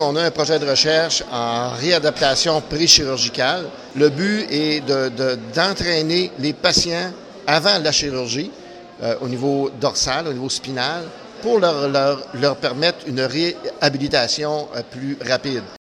On a un projet de recherche en réadaptation pré-chirurgicale. Le but est d'entraîner les patients avant la chirurgie au niveau dorsal, au niveau spinal, pour leur permettre une réhabilitation plus rapide.